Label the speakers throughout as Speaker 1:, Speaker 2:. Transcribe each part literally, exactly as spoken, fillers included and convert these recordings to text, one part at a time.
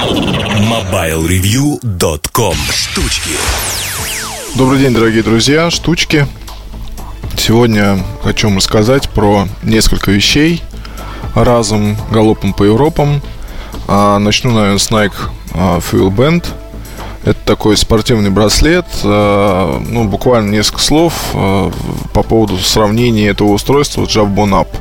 Speaker 1: мобайл ревью точка ком. Штучки.
Speaker 2: Добрый день, дорогие друзья, штучки. Сегодня хочу вам рассказать про несколько вещей разом, галопом по Европам. а, Начну, наверное, с Nike Fuel Band. Это такой спортивный браслет. а, Ну, буквально несколько слов а, по поводу сравнения этого устройства с Jawbone Up.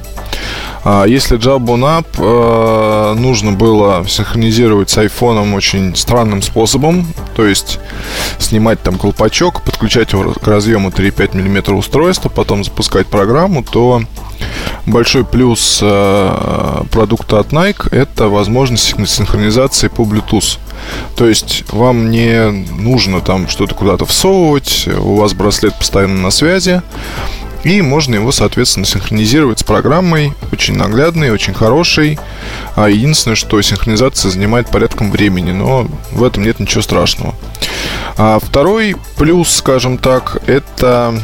Speaker 2: Если Jawbone Up э, нужно было синхронизировать с айфоном очень странным способом, то есть снимать там колпачок, подключать его к разъему три и пять миллиметра устройства, потом запускать программу, то большой плюс э, продукта от Nike — это возможность синхронизации по Bluetooth. То есть вам не нужно там что-то куда-то всовывать, у вас браслет постоянно на связи, и можно его, соответственно, синхронизировать с программой. Очень наглядный, очень хороший. а Единственное, что синхронизация занимает порядком времени, но в этом нет ничего страшного. а Второй плюс, скажем так, это...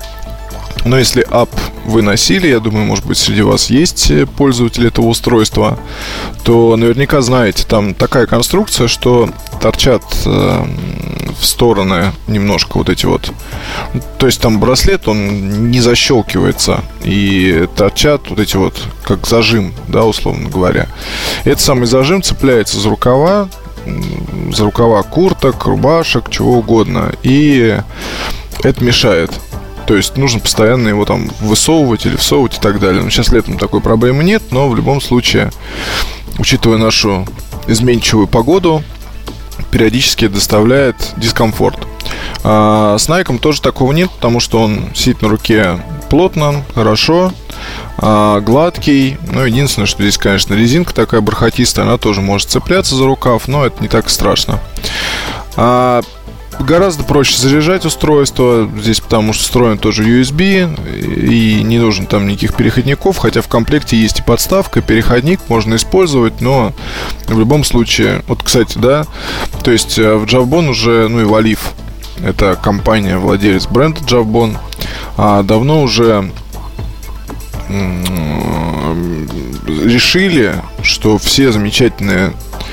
Speaker 2: Но если ап вы носили, я думаю, может быть, среди вас есть пользователи этого устройства, то наверняка знаете, там такая конструкция, что торчат э, в стороны немножко вот эти вот. То есть там браслет, он не защелкивается, и торчат вот эти вот, как зажим, да, условно говоря. Этот самый зажим цепляется за рукава, за рукава курток, рубашек, чего угодно, и это мешает. То есть нужно постоянно его там высовывать или всовывать и так далее. Но сейчас летом такой проблемы нет, но в любом случае, учитывая нашу изменчивую погоду, периодически доставляет дискомфорт. а С Nike тоже такого нет, потому что он сидит на руке плотно, хорошо, а гладкий. Но единственное, что здесь, конечно, резинка такая бархатистая, она тоже может цепляться за рукав, но это не так страшно. а Гораздо проще заряжать устройство здесь, потому что встроен тоже ю эс би, и не нужно там никаких переходников. Хотя в комплекте есть и подставка, и переходник можно использовать, но в любом случае... Вот, кстати, да, то есть в Jawbone уже, ну и в Olive, это компания, владелец бренда Jawbone, а давно уже решили, что все замечательные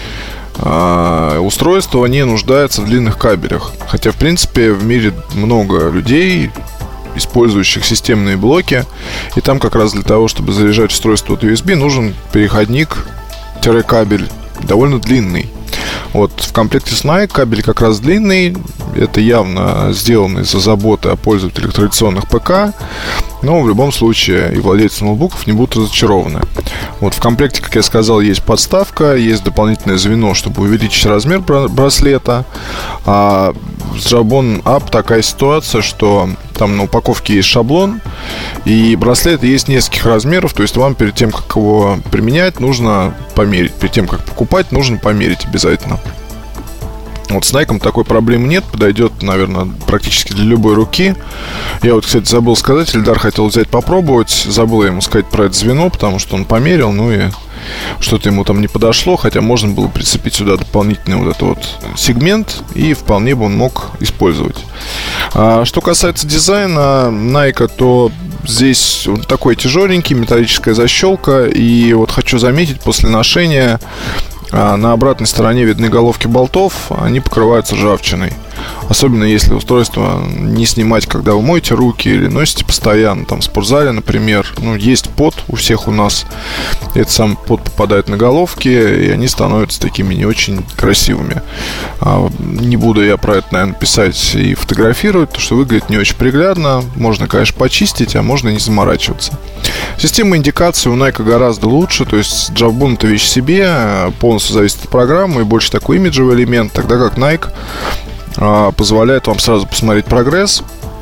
Speaker 2: устройство не нуждается в длинных кабелях. Хотя, в принципе, в мире много людей, использующих системные блоки, и там как раз для того, чтобы заряжать устройство от ю эс би, нужен переходник-кабель довольно длинный. Вот в комплекте с Nike кабель как раз длинный. Это явно сделано из-за заботы о пользователях традиционных ПК. Но в любом случае и владельцы ноутбуков не будут разочарованы. Вот в комплекте, как я сказал, есть подставка, есть дополнительное звено, чтобы увеличить размер браслета. А с Jawbone Up такая ситуация, что там на упаковке есть шаблон, и браслет есть нескольких размеров. То есть вам перед тем, как его применять, нужно померить. Перед тем, как покупать, нужно померить обязательно. Вот с Nike такой проблемы нет. Подойдет, наверное, практически для любой руки. Я вот, кстати, забыл сказать, Эльдар хотел взять попробовать. Забыл ему сказать про это звено, потому что он померил, ну и что-то ему там не подошло. Хотя можно было прицепить сюда дополнительный вот этот вот сегмент, и вполне бы он мог использовать. а Что касается дизайна Nike, то здесь он такой тяжеленький, металлическая защелка. И вот хочу заметить, после ношения на обратной стороне видны головки болтов, они покрываются ржавчиной. Особенно если устройство не снимать, когда вы моете руки или носите постоянно, там в спортзале, например. Ну, есть пот у всех у нас. Этот сам пот попадает на головки, и они становятся такими не очень красивыми. Не буду я про это, наверное, писать и фотографировать, потому что выглядит не очень приглядно. Можно, конечно, почистить, а можно и не заморачиваться. Система индикации у Nike гораздо лучше. То есть Jawbone — это вещь в себе, полностью зависит от программы, и больше такой имиджевый элемент, тогда как Nike позволяет вам сразу посмотреть прогресс,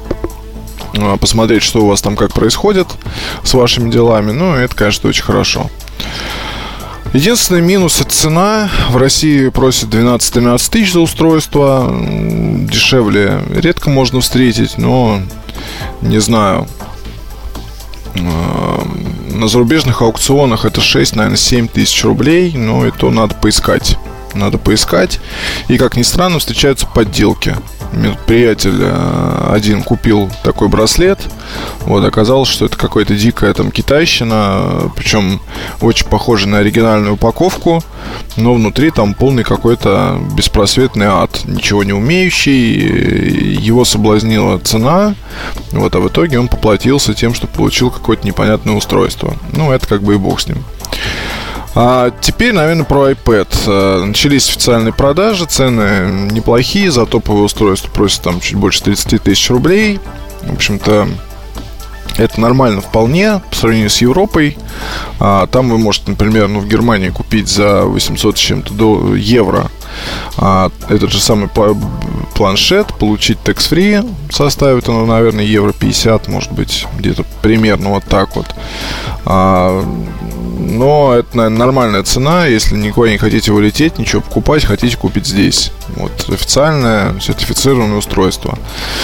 Speaker 2: посмотреть, что у вас там как происходит с вашими делами. Ну, это, конечно, очень хорошо. Единственный минус — это цена. В России просят двенадцать-тринадцать тысяч за устройство. Дешевле редко можно встретить, но не знаю. На зарубежных аукционах это шесть, наверное, семь тысяч рублей. Но это надо поискать. Надо поискать. И, как ни странно, встречаются подделки. Приятель один купил такой браслет Вот, оказалось, что это какая-то дикая там китайщина, причем очень похожа на оригинальную упаковку, но внутри там полный какой-то беспросветный ад, ничего не умеющий. Его соблазнила цена, вот, а в итоге он поплатился тем, что получил какое-то непонятное устройство. Ну, это как бы и бог с ним. А теперь, наверное, про iPad. Начались официальные продажи, цены неплохие, за топовое устройство просят там чуть больше тридцать тысяч рублей. В общем-то, это нормально вполне по сравнению с Европой. а, Там вы можете, например, ну, в Германии купить за восемьсот с чем-то евро а, этот же самый планшет, получить tax-free. Составит оно, наверное, евро пятьдесят, может быть, где-то примерно вот так вот. а, Но это, наверное, нормальная цена. Если никуда не хотите вылететь, ничего покупать, хотите купить здесь. Вот официальное сертифицированное устройство.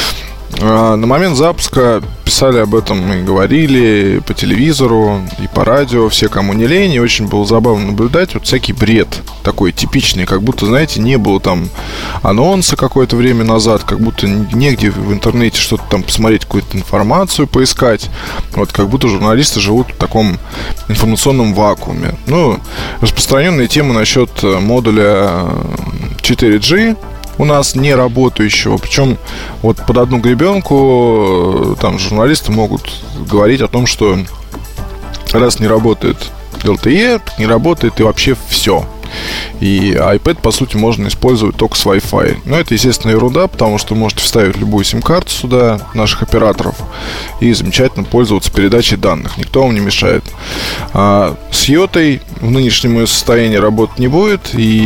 Speaker 2: На момент запуска писали об этом и говорили по телевизору, и по радио, все, кому не лень. И очень было забавно наблюдать вот всякий бред такой типичный, как будто, знаете, не было там анонса какое-то время назад, как будто негде в интернете что-то там посмотреть, какую-то информацию поискать. Вот как будто журналисты живут в таком информационном вакууме. Ну, распространенная тема насчет модуля четыре джи у нас не работающего. Причем вот под одну гребенку там журналисты могут говорить о том, что раз не работает эл ти и, не работает и вообще все. И iPad, по сути, можно использовать только с Wi-Fi. Но это, естественно, ерунда, потому что вы можете вставить любую сим-карту сюда, наших операторов, и замечательно пользоваться передачей данных. Никто вам не мешает. а С Йотой в нынешнем ее состоянии работать не будет.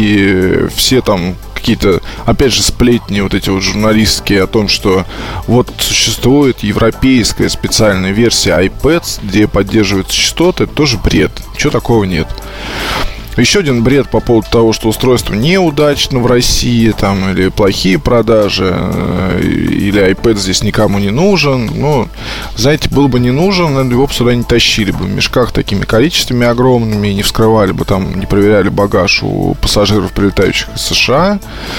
Speaker 2: И все там какие-то, опять же, сплетни вот эти вот журналистские о том, что вот существует европейская специальная версия iPad, где поддерживаются частоты, это тоже бред. Ничего такого нет. Еще один бред по поводу того, что устройство неудачно в России, там, или плохие продажи, или iPad здесь никому не нужен. Ну, знаете, был бы не нужен, его бы сюда не тащили бы в мешках такими количествами огромными, не вскрывали бы там, не проверяли багаж у пассажиров, прилетающих из США.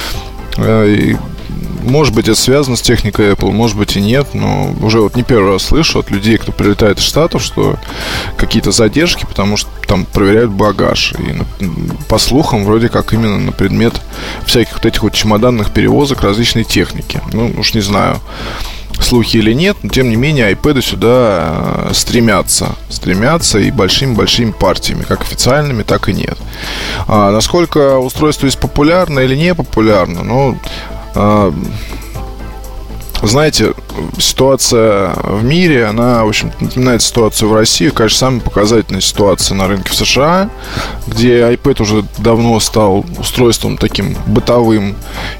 Speaker 2: И, может быть, это связано с техникой Apple, может быть и нет. Но уже вот не первый раз слышу от людей, кто прилетает из Штатов, что какие-то задержки, потому что там проверяют багаж. И по слухам, вроде как именно на предмет всяких вот этих вот чемоданных перевозок различной техники. Ну, уж не знаю, слухи или нет, но тем не менее iPad сюда стремятся Стремятся и большими-большими партиями, как официальными, так и нет. а Насколько устройство есть популярно или не популярно, ну, а, знаете, ситуация в мире, она, в общем, напоминает ситуацию в России. Конечно, самая показательная ситуация на рынке в США, где iPad уже давно стал устройством таким бытовым.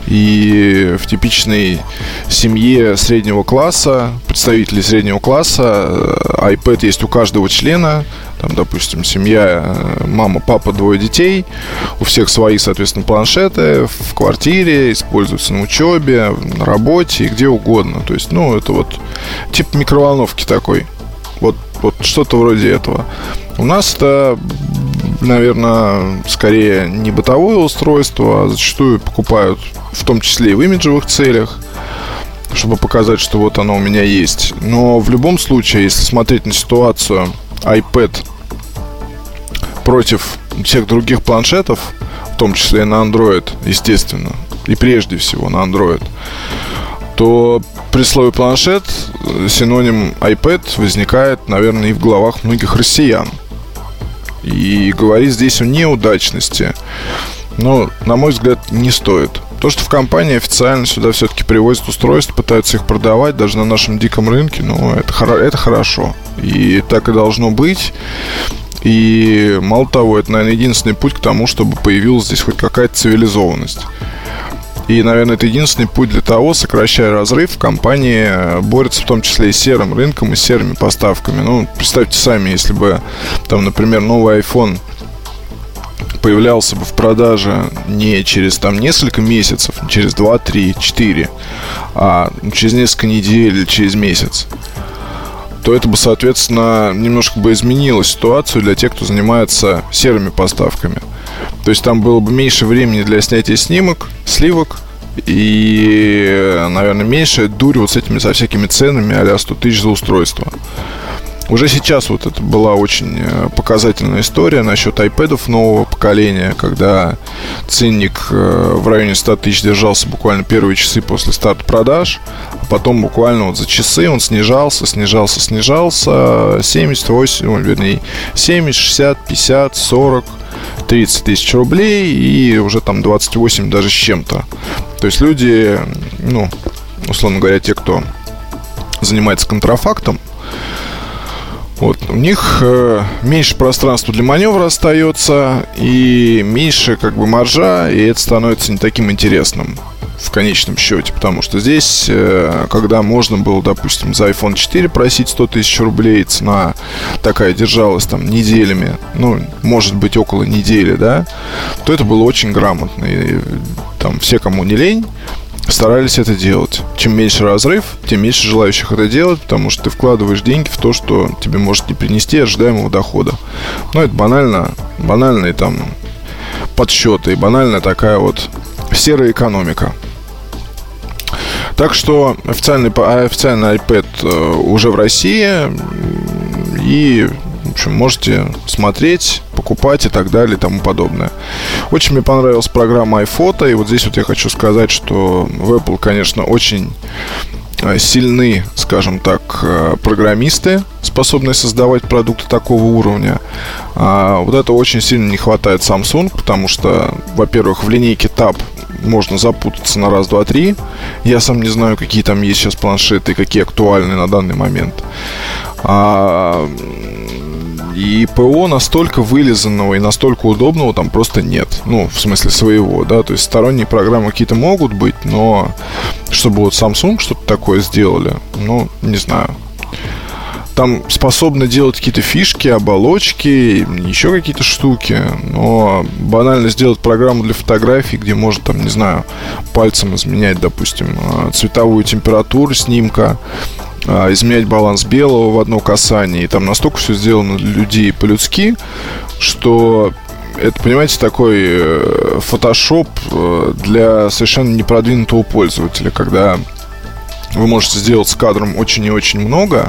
Speaker 2: И в типичной семье среднего класса, представителей среднего класса, iPad есть у каждого члена. Там, допустим, семья, мама, папа, двое детей. У всех свои, соответственно, планшеты. В квартире, используются на учебе, на работе и где угодно. То есть, ну, это вот типа микроволновки такой. Вот, вот что-то вроде этого. У нас это, наверное, скорее не бытовое устройство, а зачастую покупают в том числе и в имиджевых целях, чтобы показать, что вот оно у меня есть. Но в любом случае, если смотреть на ситуацию iPad против всех других планшетов, в том числе и на Android, естественно, и прежде всего на Android, то при слове планшет синоним iPad возникает, наверное, и в головах многих россиян. И говорить здесь о неудачности, но, на мой взгляд, не стоит. То, что в компании официально сюда все-таки привозят устройства, пытаются их продавать даже на нашем диком рынке, ну, это, это хорошо. И так и должно быть. И мало того, это, наверное, единственный путь к тому, чтобы появилась здесь хоть какая-то цивилизованность. И, наверное, это единственный путь для того, сокращая разрыв, компании борются в том числе и с серым рынком, и с серыми поставками. Ну, представьте сами, если бы там, например, новый iPhone появлялся бы в продаже не через там несколько месяцев, не через два, три, четыре, а через несколько недель или через месяц, то это бы, соответственно, немножко бы изменило ситуацию для тех, кто занимается серыми поставками. То есть там было бы меньше времени для снятия снимок, сливок, И, наверное, меньшая дурь вот с этими, со всякими ценами а-ля сто тысяч за устройство. Уже сейчас вот это была очень показательная история насчет айпэдов нового поколения, когда ценник в районе ста тысяч держался буквально первые часы после старта продаж, а потом буквально вот за часы он снижался, снижался, снижался, семьдесят, восемьдесят, вернее, семьдесят, шестьдесят, пятьдесят, сорок, тридцать тысяч рублей и уже там двадцать восемь даже с чем-то. То есть люди, ну, условно говоря, те, кто занимается контрафактом, вот, у них э, меньше пространства для маневра остается и меньше как бы маржа, и это становится не таким интересным в конечном счете, потому что здесь, э, когда можно было, допустим, за айфон четыре просить сто тысяч рублей, цена такая держалась там неделями, ну, может быть, около недели, да, то это было очень грамотно, и там все, кому не лень, старались это делать. Чем меньше разрыв, тем меньше желающих это делать, потому что ты вкладываешь деньги в то, что тебе может не принести ожидаемого дохода. Ну, это банально, банальные там подсчеты и банальная такая вот серая экономика. Так что официальный, официальный iPad уже в России. И, в общем, можете смотреть, покупать и так далее и тому подобное. Очень мне понравилась программа iPhoto. И вот здесь вот я хочу сказать, что в Apple, конечно, очень сильны, скажем так, программисты, способные создавать продукты такого уровня. А вот это очень сильно не хватает Samsung, потому что, во-первых, в линейке Tab можно запутаться на раз, два, три. Я сам не знаю, какие там есть сейчас планшеты и какие актуальны на данный момент. А, и ПО настолько вылизанного и настолько удобного там просто нет. Ну, в смысле своего, да. То есть сторонние программы какие-то могут быть, но чтобы вот Samsung что-то такое сделали, ну, не знаю. Там способны делать какие-то фишки, оболочки, еще какие-то штуки. Но банально сделать программу для фотографий, где можно, там, не знаю, пальцем изменять, допустим, цветовую температуру снимка, изменять баланс белого в одно касание. И там настолько все сделано для людей по-людски, что это, понимаете, такой фотошоп для совершенно непродвинутого пользователя, когда вы можете сделать с кадром очень и очень много,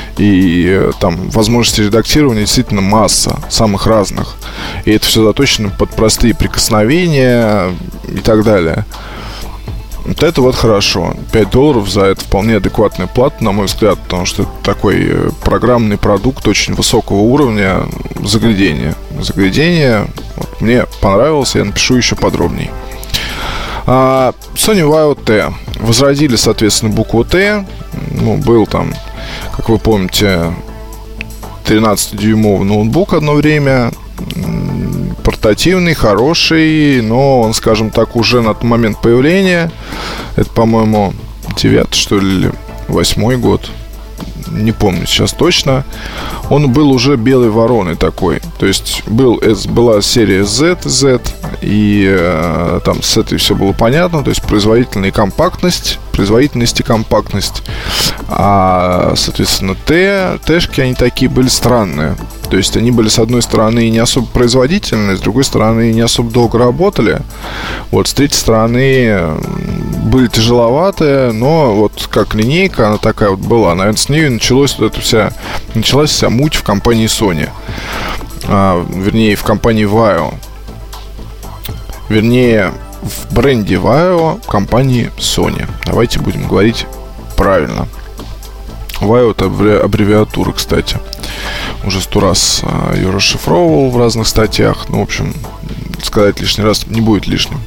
Speaker 2: и там возможности редактирования действительно масса, самых разных. И это все заточено под простые прикосновения и так далее. Вот это вот хорошо. пять долларов за это вполне адекватная плата, на мой взгляд, потому что это такой программный продукт очень высокого уровня. Заглядение. Заглядение вот, мне понравилось, я напишу еще подробней. Sony Vaio T. Возродили, соответственно, букву Т. Ну, был там, как вы помните, тринадцатидюймовый ноутбук одно время. Портативный, хороший, но он, скажем так, уже на тот момент появления, это, по-моему, девятый, что ли, или восьмой год, не помню сейчас точно, он был уже белой вороной такой. То есть был, была серия Z, Z, и э, там с этой все было понятно. То есть производительная компактность, производительность и компактность. А, соответственно, Т, Тэшки, они такие были странные. То есть они были, с одной стороны, не особо производительные, с другой стороны, не особо долго работали. Вот, с третьей стороны, были тяжеловатые, но вот как линейка, она такая вот была. Наверное, с нее началась вот эта вся, началась вся муть в компании Sony. А, вернее, в компании Vaio. Вернее, в бренде Vaio компании Sony. Давайте будем говорить правильно. Vaio — это аббревиатура, кстати. Уже сто раз ее расшифровывал в разных статьях. Ну, в общем, сказать лишний раз не будет лишним.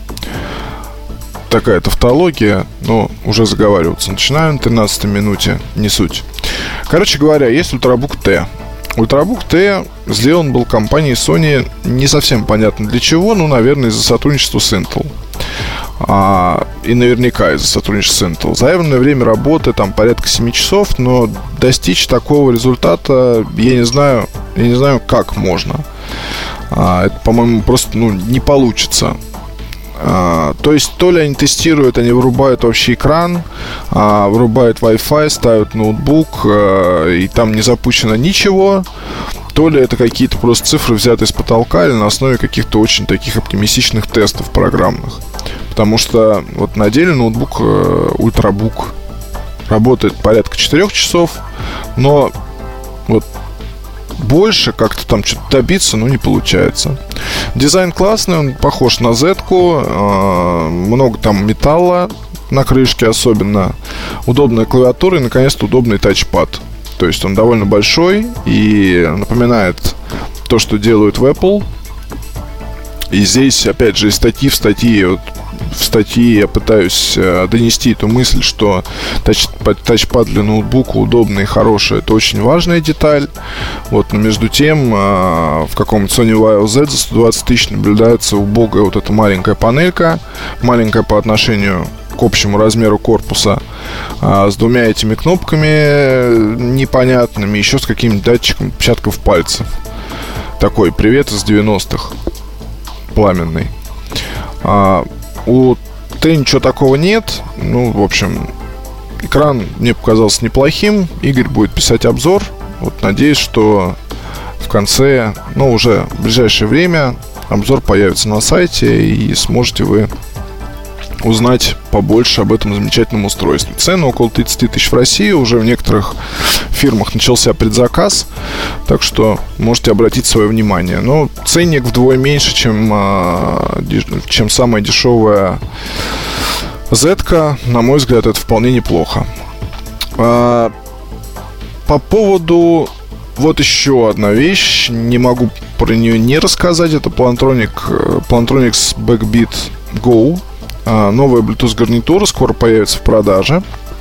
Speaker 2: Такая тавтология, но уже заговариваться начинаю на тринадцатой минуте. Не суть. Короче говоря, есть ультрабук Т. Ультрабук Т сделан был компанией Sony не совсем понятно для чего. Ну, наверное, из-за сотрудничества с Intel. А, и наверняка из-за сотрудничества с Intel. Заявленное время работы там порядка семи часов, но достичь такого результата я не знаю, я не знаю, как можно. А, это, по-моему, просто ну, не получится. А, то есть, то ли они тестируют, они вырубают вообще экран, а, вырубают Wi-Fi, ставят ноутбук, а, и там не запущено ничего. То ли это какие-то просто цифры, взятые с потолка, или на основе каких-то очень таких оптимистичных тестов программных. Потому что вот на деле ноутбук Ultrabook работает порядка четырех часов, но вот больше как-то там что-то добиться, ну, не получается. Дизайн классный, он похож на Z-ку, э, много там металла на крышке особенно, удобная клавиатура и, наконец-то, удобный тачпад. То есть он довольно большой и напоминает то, что делают в Apple. И здесь, опять же, из статьи в статье, вот, в статье я пытаюсь э, донести эту мысль, что тач, тачпад для ноутбука удобный и хороший. Это очень важная деталь. Вот, но между тем, э, в каком-то Sony Vaio Z за сто двадцать тысяч наблюдается убогая вот эта маленькая панелька, маленькая по отношению к общему размеру корпуса, э, с двумя этими кнопками непонятными, еще с каким-нибудь датчиком отпечатков пальцев. Такой привет из девяностых. Пламенный. А, у Т ничего такого нет. Ну, в общем, экран мне показался неплохим. Игорь будет писать обзор. Вот, надеюсь, что в конце, ну, уже в ближайшее время обзор появится на сайте, и сможете вы узнать побольше об этом замечательном устройстве. Цены около тридцать тысяч в России. Уже в некоторых фирмах начался предзаказ, так что можете обратить свое внимание. Но ценник вдвое меньше, чем, чем самая дешевая Z-ка. На мой взгляд, это вполне неплохо. По поводу... Вот еще одна вещь. Не могу про нее не рассказать. Это Plantronic, Plantronics Backbeat Go. Новая Bluetooth гарнитура скоро появится в продаже.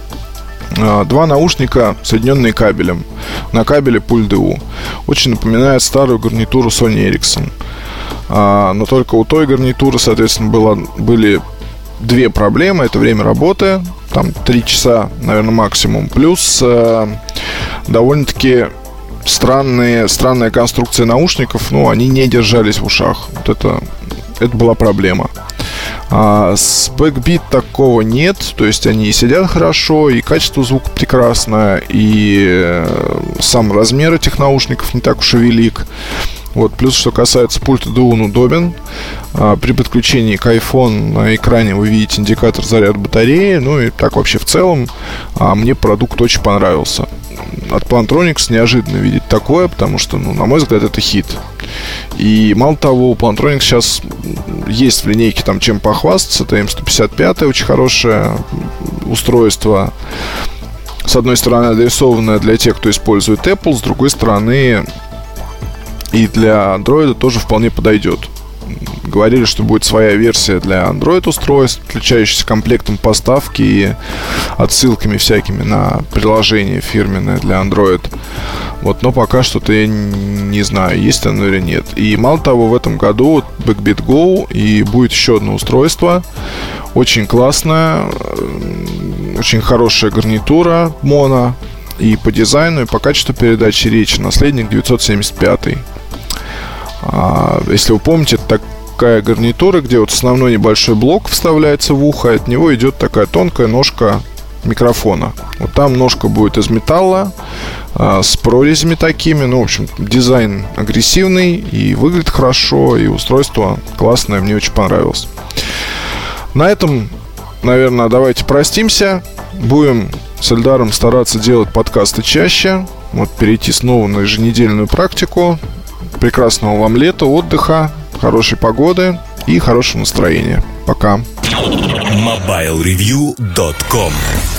Speaker 2: Два наушника, соединенные кабелем. На кабеле пульт ди ю. Очень напоминает старую гарнитуру Sony Ericsson. Но только у той гарнитуры, соответственно, было, были две проблемы. Это время работы, там три часа, наверное, максимум. Плюс довольно-таки странные, странная конструкция наушников. Ну, они не держались в ушах. Вот это, это была проблема. А с Backbeat такого нет. То есть они сидят хорошо, и качество звука прекрасное, и сам размер этих наушников не так уж и велик. Вот. Плюс, что касается пульта ди ю, он удобен. а, При подключении к iPhone на экране вы видите индикатор заряда батареи. Ну и так вообще в целом а, мне продукт очень понравился. От Plantronics неожиданно видеть такое, потому что, ну, на мой взгляд, это хит. И мало того, у Plantronics сейчас есть в линейке там чем похвастаться. Это эм сто пятьдесят пять, очень хорошее устройство. С одной стороны, адресованное для тех, кто использует Apple. С другой стороны, и для Android тоже вполне подойдет. Говорили, что будет своя версия для Android-устройств, отличающаяся комплектом поставки и отсылками всякими на приложение фирменное для Android. Вот, но пока что-то я не знаю, есть оно или нет. И мало того, в этом году Backbeat Go и будет еще одно устройство. Очень классное, очень хорошая гарнитура моно. И по дизайну, и по качеству передачи речи наследник девятьсот семьдесят пять. А, если вы помните, это такая гарнитура, где вот основной небольшой блок вставляется в ухо, от него идет такая тонкая ножка микрофона. Вот там ножка будет из металла, а, с прорезями такими. Ну, в общем, дизайн агрессивный, и выглядит хорошо, и устройство классное, мне очень понравилось. На этом, наверное, давайте простимся. Будем с Эльдаром стараться делать подкасты чаще. Вот, перейти снова на еженедельную практику. Прекрасного вам лета, отдыха, хорошей погоды и хорошего настроения. Пока.
Speaker 1: мобайл ревью точка ком